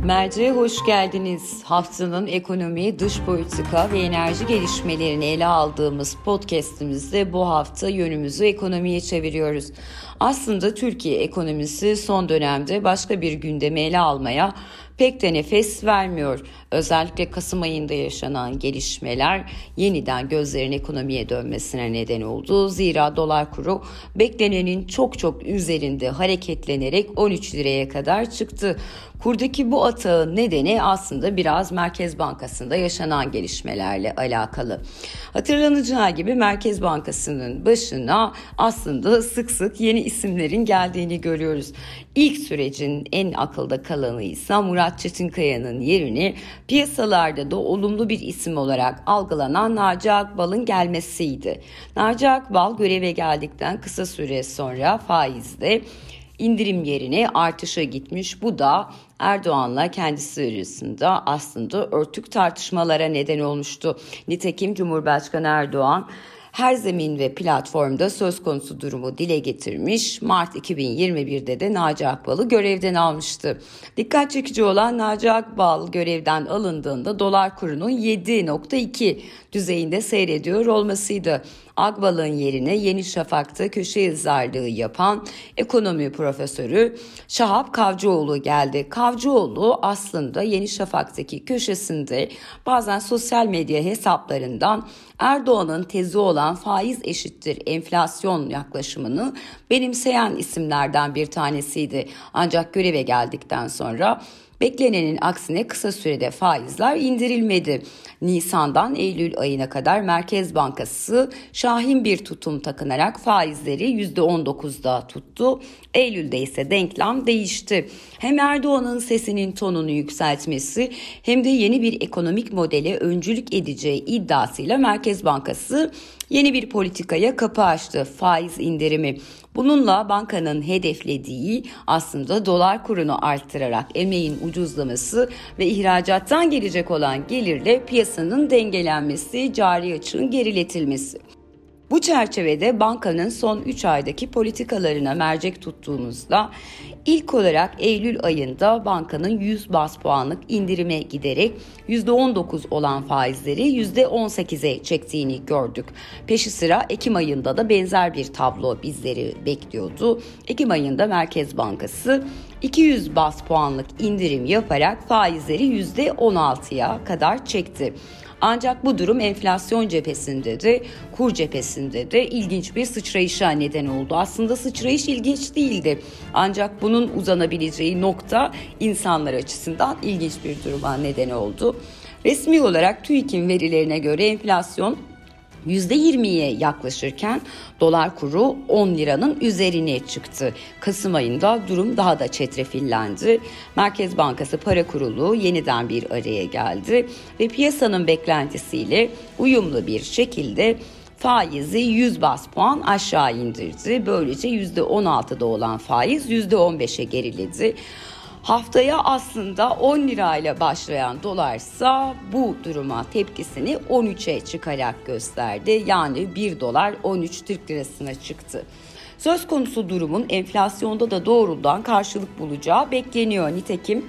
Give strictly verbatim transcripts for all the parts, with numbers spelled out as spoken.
Merce'ye hoş geldiniz. Haftanın ekonomi, dış politika ve enerji gelişmelerini ele aldığımız podcast'imizde bu hafta yönümüzü ekonomiye çeviriyoruz. Aslında Türkiye ekonomisi son dönemde başka bir gündemi ele almaya pek de nefes vermiyor. Özellikle Kasım ayında yaşanan gelişmeler yeniden gözlerin ekonomiye dönmesine neden oldu. Zira dolar kuru beklenenin çok çok üzerinde hareketlenerek on üç liraya kadar çıktı. Kurdaki bu atağın nedeni aslında biraz Merkez Bankası'nda yaşanan gelişmelerle alakalı. Hatırlanacağı gibi Merkez Bankası'nın başına aslında sık sık yeni isimlerin geldiğini görüyoruz. İlk sürecin en akılda kalanı ise Murat Çetinkaya'nın yerini piyasalarda da olumlu bir isim olarak algılanan Naci Ağbal'ın gelmesiydi. Naci Ağbal göreve geldikten kısa süre sonra faizde indirim yerine artışa gitmiş. Bu da Erdoğan'la kendisi arasında aslında örtük tartışmalara neden olmuştu. Nitekim Cumhurbaşkanı Erdoğan her zemin ve platformda söz konusu durumu dile getirmiş. Mart iki bin yirmi birde de Naci Ağbal'ı görevden almıştı. Dikkat çekici olan Naci Ağbal görevden alındığında dolar kurunun yedi nokta iki düzeyinde seyrediyor olmasıydı. Ağbal'ın yerine Yeni Şafak'ta köşe yazarlığı yapan ekonomi profesörü Şahap Kavcıoğlu geldi. Kavcıoğlu aslında Yeni Şafak'taki köşesinde bazen sosyal medya hesaplarından Erdoğan'ın tezi olan faiz eşittir enflasyon yaklaşımını benimseyen isimlerden bir tanesiydi. Ancak göreve geldikten sonra beklenenin aksine kısa sürede faizler indirilmedi. Nisan'dan Eylül ayına kadar Merkez Bankası şahin bir tutum takınarak faizleri yüzde on dokuzda tuttu. Eylül'de ise denklem değişti. Hem Erdoğan'ın sesinin tonunu yükseltmesi hem de yeni bir ekonomik modele öncülük edeceği iddiasıyla Merkez Bankası yeni bir politikaya kapı açtı: faiz indirimi. Bununla bankanın hedeflediği aslında dolar kurunu arttırarak emeğin ucuzlaması ve ihracattan gelecek olan gelirle piyasanın dengelenmesi, cari açığın geriletilmesi. Bu çerçevede bankanın son üç aydaki politikalarına mercek tuttuğumuzda ilk olarak Eylül ayında bankanın yüz baz puanlık indirime giderek yüzde on dokuz olan faizleri yüzde on sekize çektiğini gördük. Peşi sıra Ekim ayında da benzer bir tablo bizleri bekliyordu. Ekim ayında Merkez Bankası iki yüz baz puanlık indirim yaparak faizleri yüzde on altıya kadar çekti. Ancak bu durum enflasyon cephesinde de kur cephesinde de ilginç bir sıçrayışa neden oldu. Aslında sıçrayış ilginç değildi. Ancak bunun uzanabileceği nokta insanlar açısından ilginç bir duruma neden oldu. Resmi olarak TÜİK'in verilerine göre enflasyon yüzde yirmiye yaklaşırken dolar kuru on liranın üzerine çıktı. Kasım ayında durum daha da çetrefillendi. Merkez Bankası Para Kurulu yeniden bir araya geldi ve piyasanın beklentisiyle uyumlu bir şekilde faizi yüz baz puan aşağı indirdi. Böylece yüzde on altıda olan faiz yüzde on beşe geriledi. Haftaya aslında on lirayla başlayan dolarsa bu duruma tepkisini on üçe çıkarak gösterdi. Yani bir dolar on üç Türk lirasına çıktı. Söz konusu durumun enflasyonda da doğrudan karşılık bulacağı bekleniyor. Nitekim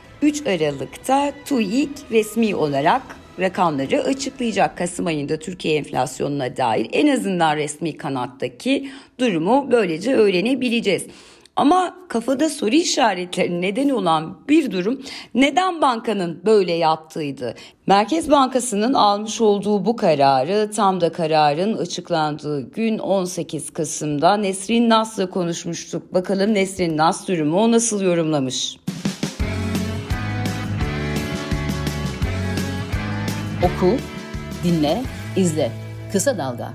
üç Aralık'ta TÜİK resmi olarak rakamları açıklayacak. Kasım ayında Türkiye enflasyonuna dair en azından resmi kanattaki durumu böylece öğrenebileceğiz. Ama kafada soru işaretleri neden olan bir durum neden bankanın böyle yaptığıydı. Merkez Bankası'nın almış olduğu bu kararı tam da kararın açıklandığı gün on sekiz Kasım'da Nesrin Nas'la konuşmuştuk. Bakalım Nesrin Nas durumu nasıl yorumlamış? Oku, dinle, izle. Kısa Dalga.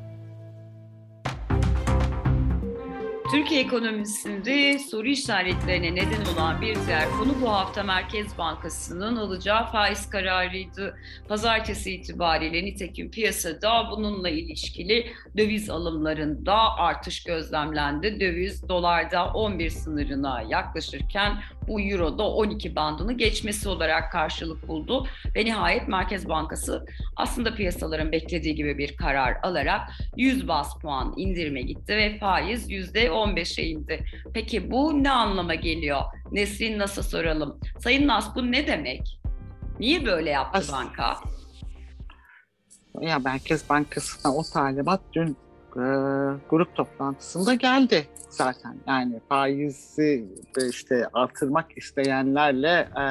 Türkiye ekonomisinde soru işaretlerine neden olan bir diğer konu bu hafta Merkez Bankası'nın alacağı faiz kararıydı. Pazartesi itibariyle nitekim piyasada bununla ilişkili döviz alımlarında artış gözlemlendi. Döviz dolarda on bir sınırına yaklaşırken bu Euro'da on iki bandını geçmesi olarak karşılık buldu. Ve nihayet Merkez Bankası aslında piyasaların beklediği gibi bir karar alarak yüz baz puan indirime gitti ve faiz yüzde on beşe indi. Peki bu ne anlama geliyor? Nesrin Nas'a soralım. Sayın Nas, bu ne demek? Niye böyle yaptı As- banka? Ya Merkez Bankası'na o talimat dün e, grup toplantısında geldi zaten. Yani faizi işte artırmak isteyenlerle e,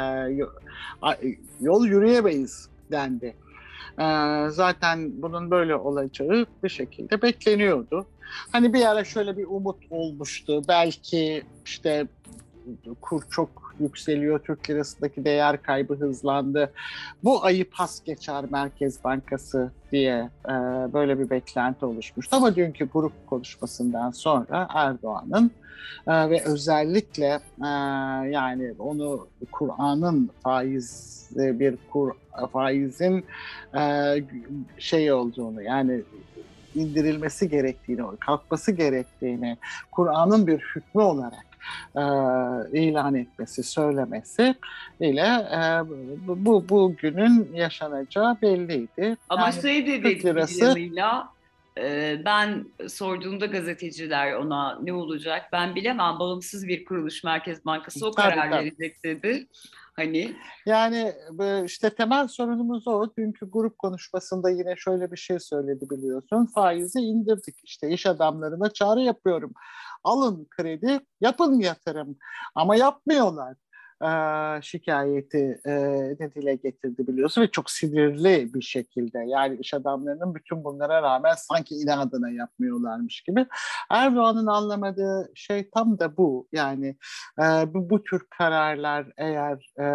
yol yürüyemeyiz dendi. E, zaten bunun böyle olacağı bir şekilde bekleniyordu. Hani bir ara şöyle bir umut olmuştu. Belki işte kur çok yükseliyor, Türk lirasındaki değer kaybı hızlandı. Bu ayı pas geçer Merkez Bankası diye e, böyle bir beklenti oluşmuştu. Ama dünkü grup konuşmasından sonra Erdoğan'ın e, ve özellikle e, yani onu Kur'an'ın faiz bir kur faizin e, şey olduğunu, yani indirilmesi gerektiğini, kalkması gerektiğini Kur'an'ın bir hükmü olarak e, ilan etmesi, söylemesi ile e, bu bugünün yaşanacağı belliydi. Ama yani, şey dedi Türk lirası yanıyla, e, ben sorduğumda gazeteciler ona ne olacak ben bilemem, bağımsız bir kuruluş Merkez Bankası o tabii, karar tabii. verecek dedi. Hani Yani işte temel sorunumuz o. Dünkü grup konuşmasında yine şöyle bir şey söyledi, biliyorsun. Faizi indirdik. İşte iş adamlarına çağrı yapıyorum. Alın kredi, yapın yatırım. Ama yapmıyorlar. Ee, şikayeti e, ne dile getirdi, biliyorsun, ve çok sinirli bir şekilde. Yani iş adamlarının bütün bunlara rağmen sanki inadına yapmıyorlarmış gibi. Erdoğan'ın anlamadığı şey tam da bu. Yani e, bu, bu tür kararlar eğer e,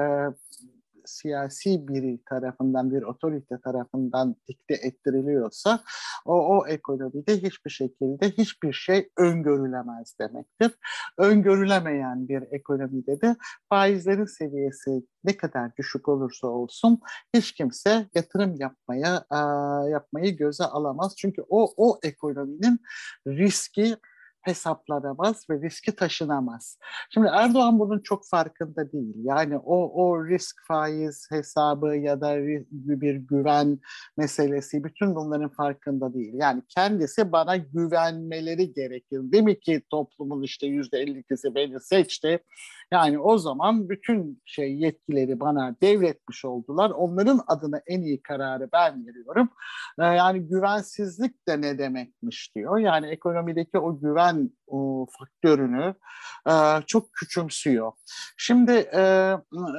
siyasi biri tarafından, bir otorite tarafından dikte ettiriliyorsa o, o ekonomide hiçbir şekilde hiçbir şey öngörülemez demektir. Öngörülemeyen bir ekonomide de faizlerin seviyesi ne kadar düşük olursa olsun hiç kimse yatırım yapmaya e, yapmayı göze alamaz. Çünkü o o ekonominin riski hesaplanamaz ve riski taşınamaz. Şimdi Erdoğan bunun çok farkında değil. Yani o o risk faiz hesabı ya da bir güven meselesi, bütün bunların farkında değil. Yani kendisi bana güvenmeleri gerekir. Değil mi ki toplumun işte yüzde elli ikisi beni seçti. Yani o zaman bütün şey yetkileri bana devretmiş oldular. Onların adına en iyi kararı ben veriyorum. Ee, yani güvensizlik de ne demekmiş diyor. Yani ekonomideki o güven o faktörünü e, çok küçümsüyor. Şimdi e,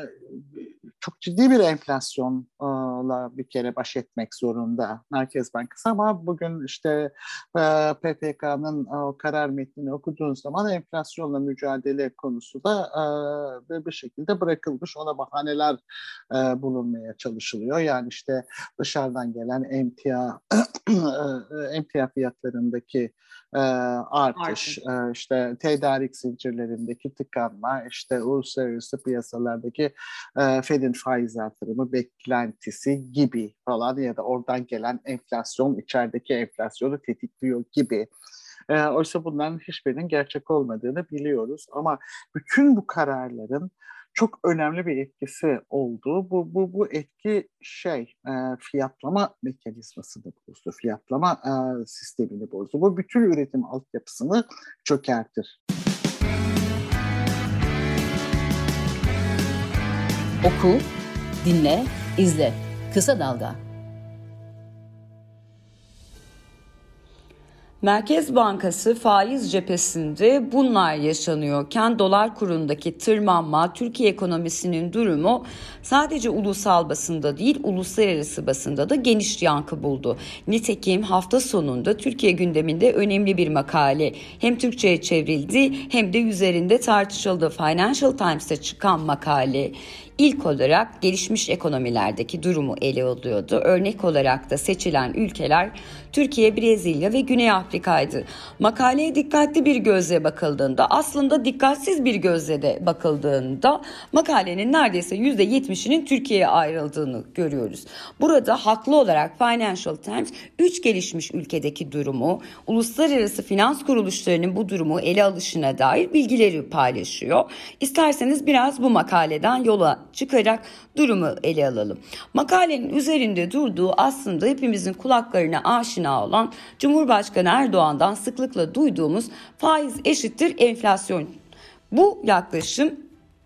çok ciddi bir enflasyonla bir kere baş etmek zorunda Merkez Bankası, ama bugün işte e, P P K'nın o karar metnini okuduğunuz zaman enflasyonla mücadele konusu da e, bir şekilde bırakılmış. Ona bahaneler e, bulunmaya çalışılıyor. Yani işte dışarıdan gelen emtia emtia fiyatlarındaki e, artış, e, işte tedarik zincirlerindeki tıkanma, işte uluslararası piyasalardaki e, Fed'in faiz artırımı beklentisi gibi falan, ya da oradan gelen enflasyon içerideki enflasyonu tetikliyor gibi. E, oysa bunların hiçbirinin gerçek olmadığını biliyoruz. Ama bütün bu kararların çok önemli bir etkisi oldu. Bu bu bu etki şey e, fiyatlama mekanizmasını bozdu, fiyatlama e, sistemini bozdu. Bu bütün üretim altyapısını çökertir. Oku, dinle, izle. Kısa Dalga. Merkez Bankası faiz cephesinde bunlar yaşanıyorken dolar kurundaki tırmanma, Türkiye ekonomisinin durumu sadece ulusal basında değil, uluslararası basında da geniş yankı buldu. Nitekim hafta sonunda Türkiye gündeminde önemli bir makale hem Türkçe'ye çevrildi hem de üzerinde tartışıldı. Financial Times'ta çıkan makale İlk olarak gelişmiş ekonomilerdeki durumu ele alıyordu. Örnek olarak da seçilen ülkeler Türkiye, Brezilya ve Güney Afrika Afrika'ydı. Makaleye dikkatli bir gözle bakıldığında, aslında dikkatsiz bir gözle de bakıldığında makalenin neredeyse yüzde yetmişinin Türkiye'ye ayrıldığını görüyoruz. Burada haklı olarak Financial Times üç gelişmiş ülkedeki durumu, uluslararası finans kuruluşlarının bu durumu ele alışına dair bilgileri paylaşıyor. İsterseniz biraz bu makaleden yola çıkarak durumu ele alalım. Makalenin üzerinde durduğu aslında hepimizin kulaklarına aşina olan Cumhurbaşkanı Erdoğan'dan sıklıkla duyduğumuz faiz eşittir enflasyon. Bu yaklaşım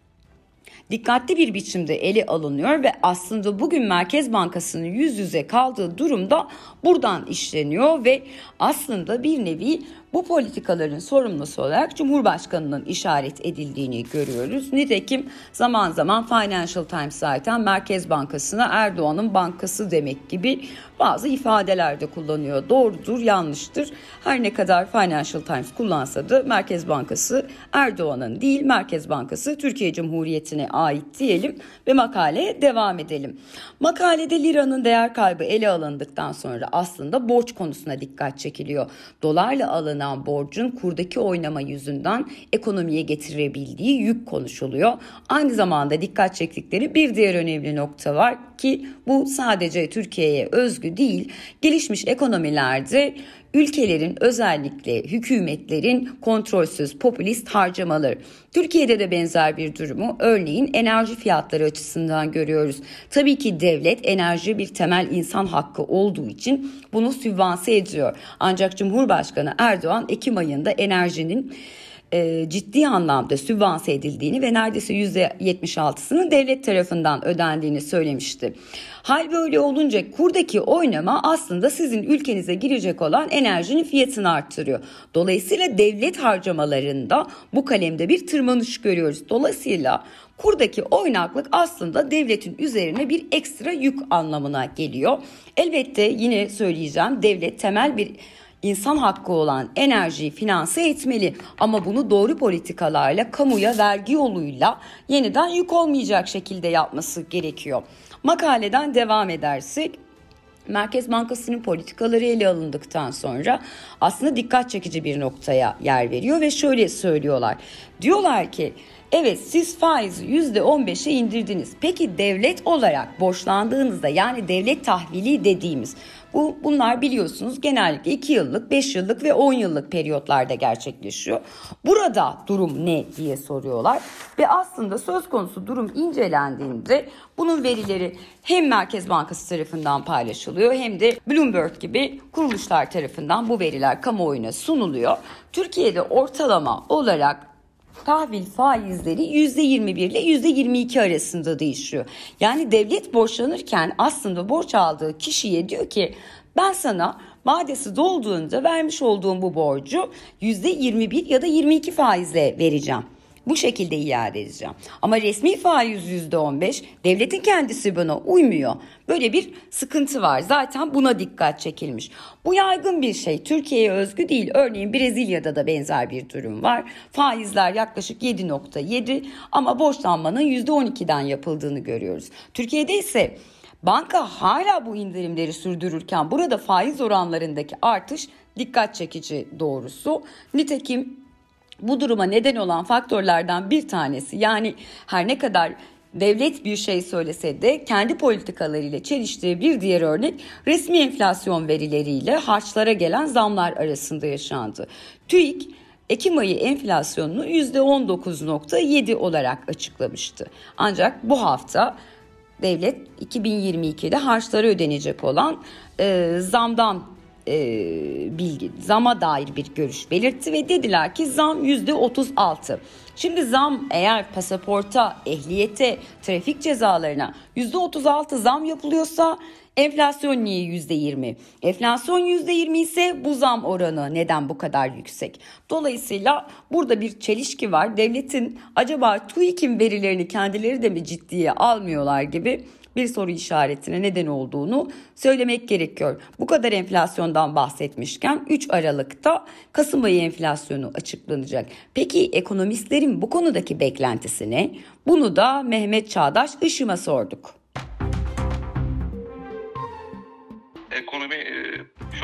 dikkatli bir biçimde ele alınıyor ve aslında bugün Merkez Bankası'nın yüz yüze kaldığı durumda buradan işleniyor ve aslında bir nevi bu politikaların sorumlusu olarak Cumhurbaşkanı'nın işaret edildiğini görüyoruz. Nitekim zaman zaman Financial Times zaten Merkez Bankası'na Erdoğan'ın bankası demek gibi bazı ifadeler de kullanıyor. Doğrudur, yanlıştır. Her ne kadar Financial Times kullansa da Merkez Bankası Erdoğan'ın değil, Merkez Bankası Türkiye Cumhuriyeti'ne ait diyelim ve makaleye devam edelim. Makalede liranın değer kaybı ele alındıktan sonra aslında borç konusuna dikkat çekiliyor. Dolarla alınan borcun kurdaki oynama yüzünden ekonomiye getirebildiği yük konuşuluyor. Aynı zamanda dikkat çektikleri bir diğer önemli nokta var ki bu sadece Türkiye'ye özgü değil, gelişmiş ekonomilerde ülkelerin, özellikle hükümetlerin kontrolsüz popülist harcamaları. Türkiye'de de benzer bir durumu örneğin enerji fiyatları açısından görüyoruz. Tabii ki devlet enerji bir temel insan hakkı olduğu için bunu sübvanse ediyor. Ancak Cumhurbaşkanı Erdoğan Ekim ayında enerjinin E, ciddi anlamda sübvanse edildiğini ve neredeyse yüzde yetmiş altısının devlet tarafından ödendiğini söylemişti. Hal böyle olunca kurdaki oynama aslında sizin ülkenize girecek olan enerjinin fiyatını arttırıyor. Dolayısıyla devlet harcamalarında bu kalemde bir tırmanış görüyoruz. Dolayısıyla kurdaki oynaklık aslında devletin üzerine bir ekstra yük anlamına geliyor. Elbette yine söyleyeceğim, devlet temel bir İnsan hakkı olan enerjiyi finanse etmeli ama bunu doğru politikalarla, kamuya vergi yoluyla yeniden yük olmayacak şekilde yapması gerekiyor. Makaleden devam edersek, Merkez Bankası'nın politikaları ele alındıktan sonra aslında dikkat çekici bir noktaya yer veriyor ve şöyle söylüyorlar. Diyorlar ki evet, siz faizi yüzde on beşe indirdiniz. Peki devlet olarak borçlandığınızda, yani devlet tahvili dediğimiz bu bunlar biliyorsunuz genellikle iki yıllık, beş yıllık ve on yıllık periyotlarda gerçekleşiyor. Burada durum ne diye soruyorlar ve aslında söz konusu durum incelendiğinde bunun verileri hem Merkez Bankası tarafından paylaşılıyor hem de Bloomberg gibi kuruluşlar tarafından bu veriler kamuoyuna sunuluyor. Türkiye'de ortalama olarak tahvil faizleri yüzde yirmi bir ile yüzde yirmi iki arasında değişiyor. Yani devlet borçlanırken aslında borç aldığı kişiye diyor ki ben sana vadesi dolduğunda vermiş olduğum bu borcu yüzde yirmi bir ya da yirmi iki faizle vereceğim. Bu şekilde iade edeceğim. Ama resmi faiz yüzde on beş, devletin kendisi buna uymuyor. Böyle bir sıkıntı var. Zaten buna dikkat çekilmiş. Bu yaygın bir şey. Türkiye'ye özgü değil. Örneğin Brezilya'da da benzer bir durum var. Faizler yaklaşık yedi nokta yedi ama borçlanmanın yüzde on ikiden yapıldığını görüyoruz. Türkiye'de ise banka hala bu indirimleri sürdürürken burada faiz oranlarındaki artış dikkat çekici doğrusu. Nitekim bu duruma neden olan faktörlerden bir tanesi, yani her ne kadar devlet bir şey söylese de kendi politikalarıyla çeliştiği bir diğer örnek resmi enflasyon verileriyle harçlara gelen zamlar arasında yaşandı. TÜİK Ekim ayı enflasyonunu yüzde on dokuz nokta yedi olarak açıklamıştı. Ancak bu hafta devlet iki bin yirmi ikide harçlara ödenecek olan e, zamdan e, bilgi, zama dair bir görüş belirtti ve dediler ki zam yüzde otuz altı. Şimdi zam eğer pasaporta, ehliyete, trafik cezalarına yüzde otuz altı zam yapılıyorsa enflasyon niye yüzde yirmi? Enflasyon yüzde yirmi ise bu zam oranı neden bu kadar yüksek? Dolayısıyla burada bir çelişki var. Devletin acaba TÜİK'in verilerini kendileri de mi ciddiye almıyorlar gibi bir soru işaretine neden olduğunu söylemek gerekiyor. Bu kadar enflasyondan bahsetmişken üç Aralık'ta Kasım ayı enflasyonu açıklanacak. Peki ekonomistlerin bu konudaki beklentisi ne? Bunu da Mehmet Çağdaş Işım'a sorduk. Ekonomi şu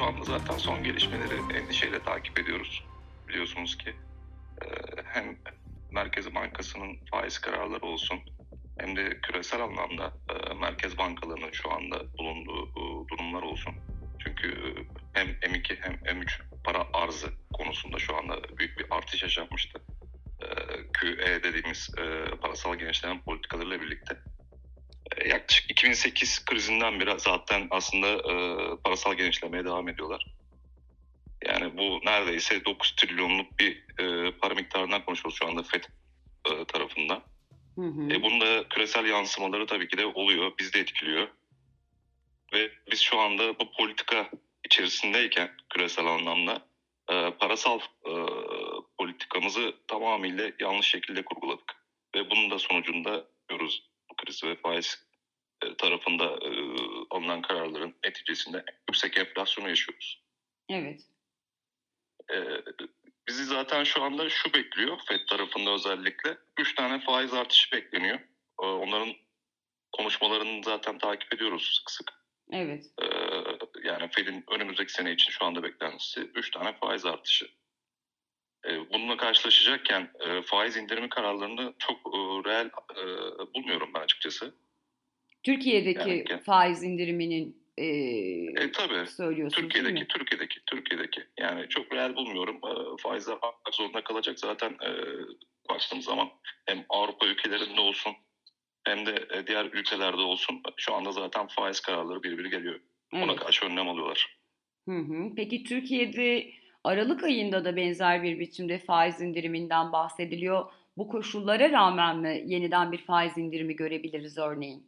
şu anda zaten son gelişmeleri endişeyle takip ediyoruz. Biliyorsunuz ki e, hem Merkez Bankası'nın faiz kararları olsun hem de küresel anlamda e, merkez bankalarının şu anda bulunduğu e, durumlar olsun. Çünkü e, hem M iki hem M üç para arzı konusunda şu anda büyük bir artış yaşanmıştı. E, Q E dediğimiz e, parasal genişleme politikalarıyla birlikte. E, yaklaşık iki bin sekiz krizinden beri zaten aslında e, parasal genişlemeye devam ediyorlar. Yani bu neredeyse dokuz trilyonluk bir e, para miktarından konuşuyoruz şu anda Fed e, tarafından. Hı hı. E, bunun da küresel yansımaları tabii ki de oluyor, bizi de etkiliyor. Ve biz şu anda bu politika içerisindeyken küresel anlamda e, parasal e, politikamızı tamamıyla yanlış şekilde kurguladık. Ve bunun da sonucunda görüyoruz bu kriz ve faiz e, tarafında e, alınan kararların neticesinde yüksek enflasyonu yaşıyoruz. Evet. E, bizi zaten şu anda şu bekliyor Fed tarafında özellikle. Üç tane faiz artışı bekleniyor. E, onların konuşmalarını zaten takip ediyoruz sık sık. Evet. Ee, yani Fed'in önümüzdeki sene için şu anda beklentisi üç tane faiz artışı. Ee, bununla karşılaşacakken e, faiz indirimi kararlarını çok e, reel e, bulmuyorum ben açıkçası. Türkiye'deki yani, faiz indiriminin e, e, tabii, söylüyorsunuz Türkiye'deki, değil mi? Türkiye'deki, Türkiye'deki. Yani çok reel bulmuyorum. E, faizler artmak zorunda kalacak zaten e, baktığımız zaman hem Avrupa ülkelerinde olsun hem de diğer ülkelerde olsun şu anda zaten faiz kararları birbiri geliyor. Evet. Ona karşı önlem alıyorlar. Hı hı. Peki Türkiye'de Aralık ayında da benzer bir biçimde faiz indiriminden bahsediliyor. Bu koşullara rağmen mi yeniden bir faiz indirimi görebiliriz örneğin?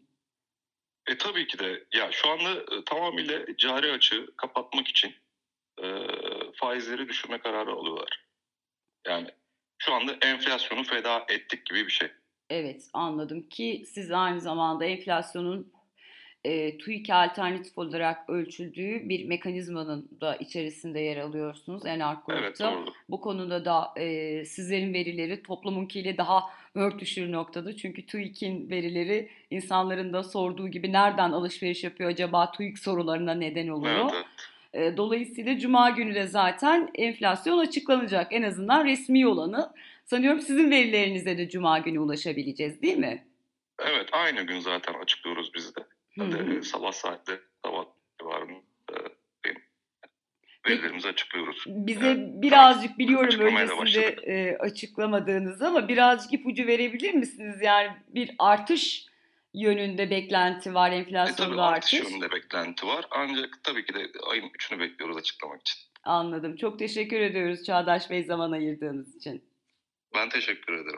E tabii ki de. Ya şu anda e, tamamıyla cari açığı kapatmak için e, faizleri düşürme kararı alıyorlar. Yani şu anda enflasyonu feda ettik gibi bir şey. Evet, anladım ki siz aynı zamanda enflasyonun e, TÜİK alternatif olarak ölçüldüğü bir mekanizmanın da içerisinde yer alıyorsunuz Enark Grup'ta. Evet, doğru. Bu konuda da e, sizlerin verileri toplumunkiyle daha örtüşür noktada. Çünkü TÜİK'in verileri insanların da sorduğu gibi nereden alışveriş yapıyor acaba TÜİK sorularına neden oluyor. Evet, evet. Dolayısıyla Cuma günü de zaten enflasyon açıklanacak. En azından resmi olanı. Sanıyorum sizin verilerinize de Cuma günü ulaşabileceğiz değil mi? Evet, aynı gün zaten açıklıyoruz biz de. Ben de sabah saatte, sabah civarında verilerimizi açıklıyoruz. Bize yani, birazcık biliyorum öncesinde e, açıklamadığınızı ama birazcık ipucu verebilir misiniz? Yani bir artış yönünde beklenti var, enflasyonda e, tabii artış. artış yönünde beklenti var ancak tabii ki de ayın üçünü bekliyoruz açıklamak için. Anladım. Çok teşekkür ediyoruz Çağdaş Bey zaman ayırdığınız için. Ben teşekkür ederim.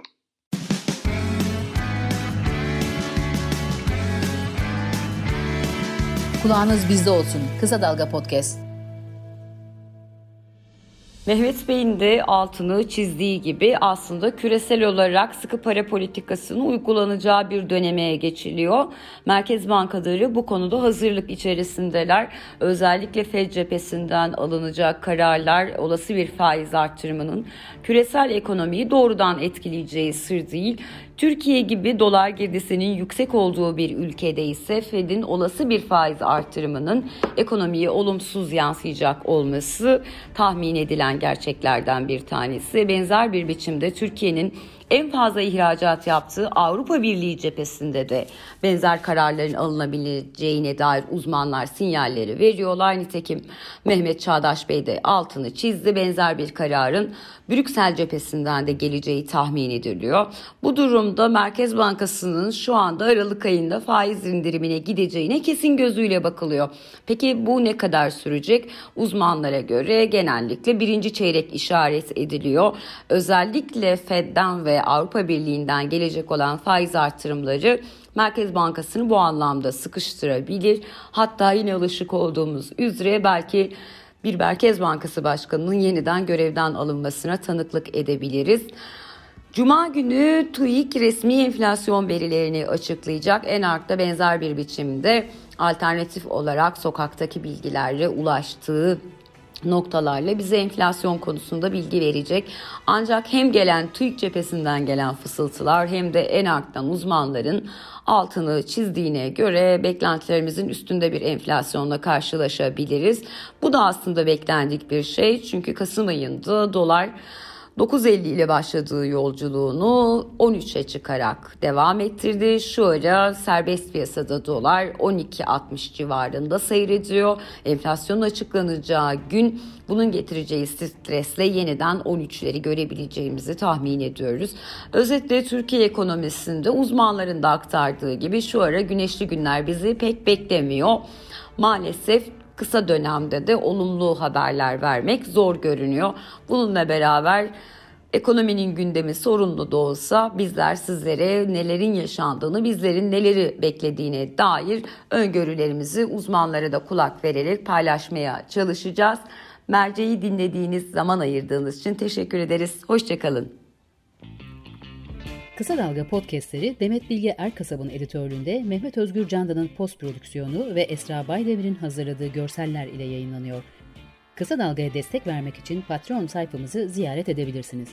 Kulağınız bizde olsun. Kısa Dalga Podcast. Mehmet Bey'in de altını çizdiği gibi aslında küresel olarak sıkı para politikasının uygulanacağı bir döneme geçiliyor. Merkez bankaları bu konuda hazırlık içerisindeler. Özellikle Fed cephesinden alınacak kararlar olası bir faiz artırımının küresel ekonomiyi doğrudan etkileyeceği sır değil. Türkiye gibi dolar girdisinin yüksek olduğu bir ülkede ise Fed'in olası bir faiz artırımının ekonomiye olumsuz yansıyacak olması tahmin edilen gerçeklerden bir tanesi. Benzer bir biçimde Türkiye'nin en fazla ihracat yaptığı Avrupa Birliği cephesinde de benzer kararların alınabileceğine dair uzmanlar sinyalleri veriyorlar. Nitekim Mehmet Çağdaş Bey de altını çizdi. Benzer bir kararın Brüksel cephesinden de geleceği tahmin ediliyor. Bu durumda Merkez Bankası'nın şu anda Aralık ayında faiz indirimine gideceğine kesin gözüyle bakılıyor. Peki bu ne kadar sürecek? Uzmanlara göre genellikle birinci çeyrek işaret ediliyor. Özellikle Fed'den ve Avrupa Birliği'nden gelecek olan faiz artırımları Merkez Bankası'nı bu anlamda sıkıştırabilir. Hatta yine alışık olduğumuz üzere belki bir Merkez Bankası Başkanı'nın yeniden görevden alınmasına tanıklık edebiliriz. Cuma günü TÜİK resmi enflasyon verilerini açıklayacak. Enark'ta benzer bir biçimde alternatif olarak sokaktaki bilgilerle ulaştığı noktalarla bize enflasyon konusunda bilgi verecek. Ancak hem gelen TÜİK cephesinden gelen fısıltılar hem de ENAK'tan uzmanların altını çizdiğine göre beklentilerimizin üstünde bir enflasyonla karşılaşabiliriz. Bu da aslında beklendik bir şey, çünkü Kasım ayında dolar dokuz elli ile başladığı yolculuğunu on üçe çıkarak devam ettirdi. Şu ara serbest piyasada dolar on iki altmış civarında seyrediyor. Enflasyonun açıklanacağı gün bunun getireceği stresle yeniden on üçleri görebileceğimizi tahmin ediyoruz. Özetle Türkiye ekonomisinde uzmanların da aktardığı gibi şu ara güneşli günler bizi pek beklemiyor. Maalesef kısa dönemde de olumlu haberler vermek zor görünüyor. Bununla beraber ekonominin gündemi sorunlu da olsa bizler sizlere nelerin yaşandığını, bizlerin neleri beklediğine dair öngörülerimizi uzmanlara da kulak vererek paylaşmaya çalışacağız. Merceği dinlediğiniz, zaman ayırdığınız için teşekkür ederiz. Hoşçakalın. Kısa Dalga podcastleri Demet Bilge Erkasab'ın editörlüğünde Mehmet Özgür Candan'ın post prodüksiyonu ve Esra Baydemir'in hazırladığı görseller ile yayınlanıyor. Kısa Dalga'ya destek vermek için Patreon sayfamızı ziyaret edebilirsiniz.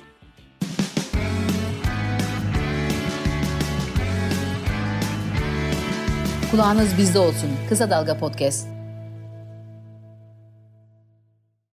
Kulağınız bizde olsun. Kısa Dalga Podcast.